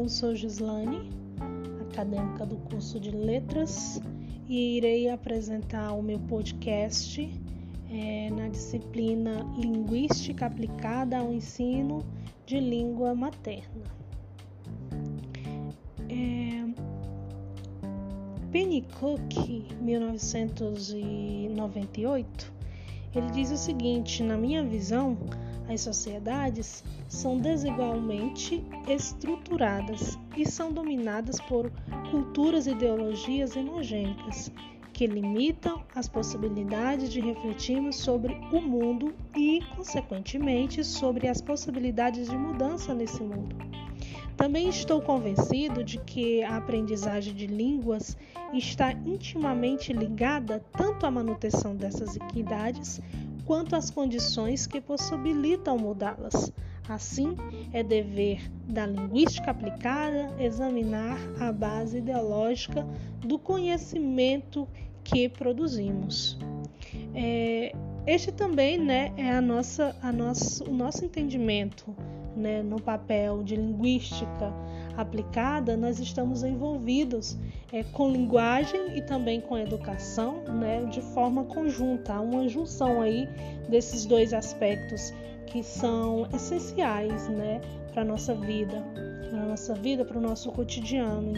Eu sou Gislane, acadêmica do curso de Letras, e irei apresentar o meu podcast na disciplina Linguística Aplicada ao Ensino de Língua Materna. Pennycook, 1998, ele diz o seguinte: na minha visão, as sociedades são desigualmente estruturadas e são dominadas por culturas e ideologias hemogênicas que limitam as possibilidades de refletirmos sobre o mundo e, consequentemente, sobre as possibilidades de mudança nesse mundo. Também estou convencido de que a aprendizagem de línguas está intimamente ligada tanto à manutenção dessas equidades quanto às condições que possibilitam mudá-las. Assim, é dever da linguística aplicada examinar a base ideológica do conhecimento que produzimos. Este também é o nosso entendimento. No papel de linguística aplicada, nós estamos envolvidos com linguagem e também com educação, de forma conjunta. Há uma junção aí desses dois aspectos que são essenciais, para a nossa vida, para o nosso cotidiano.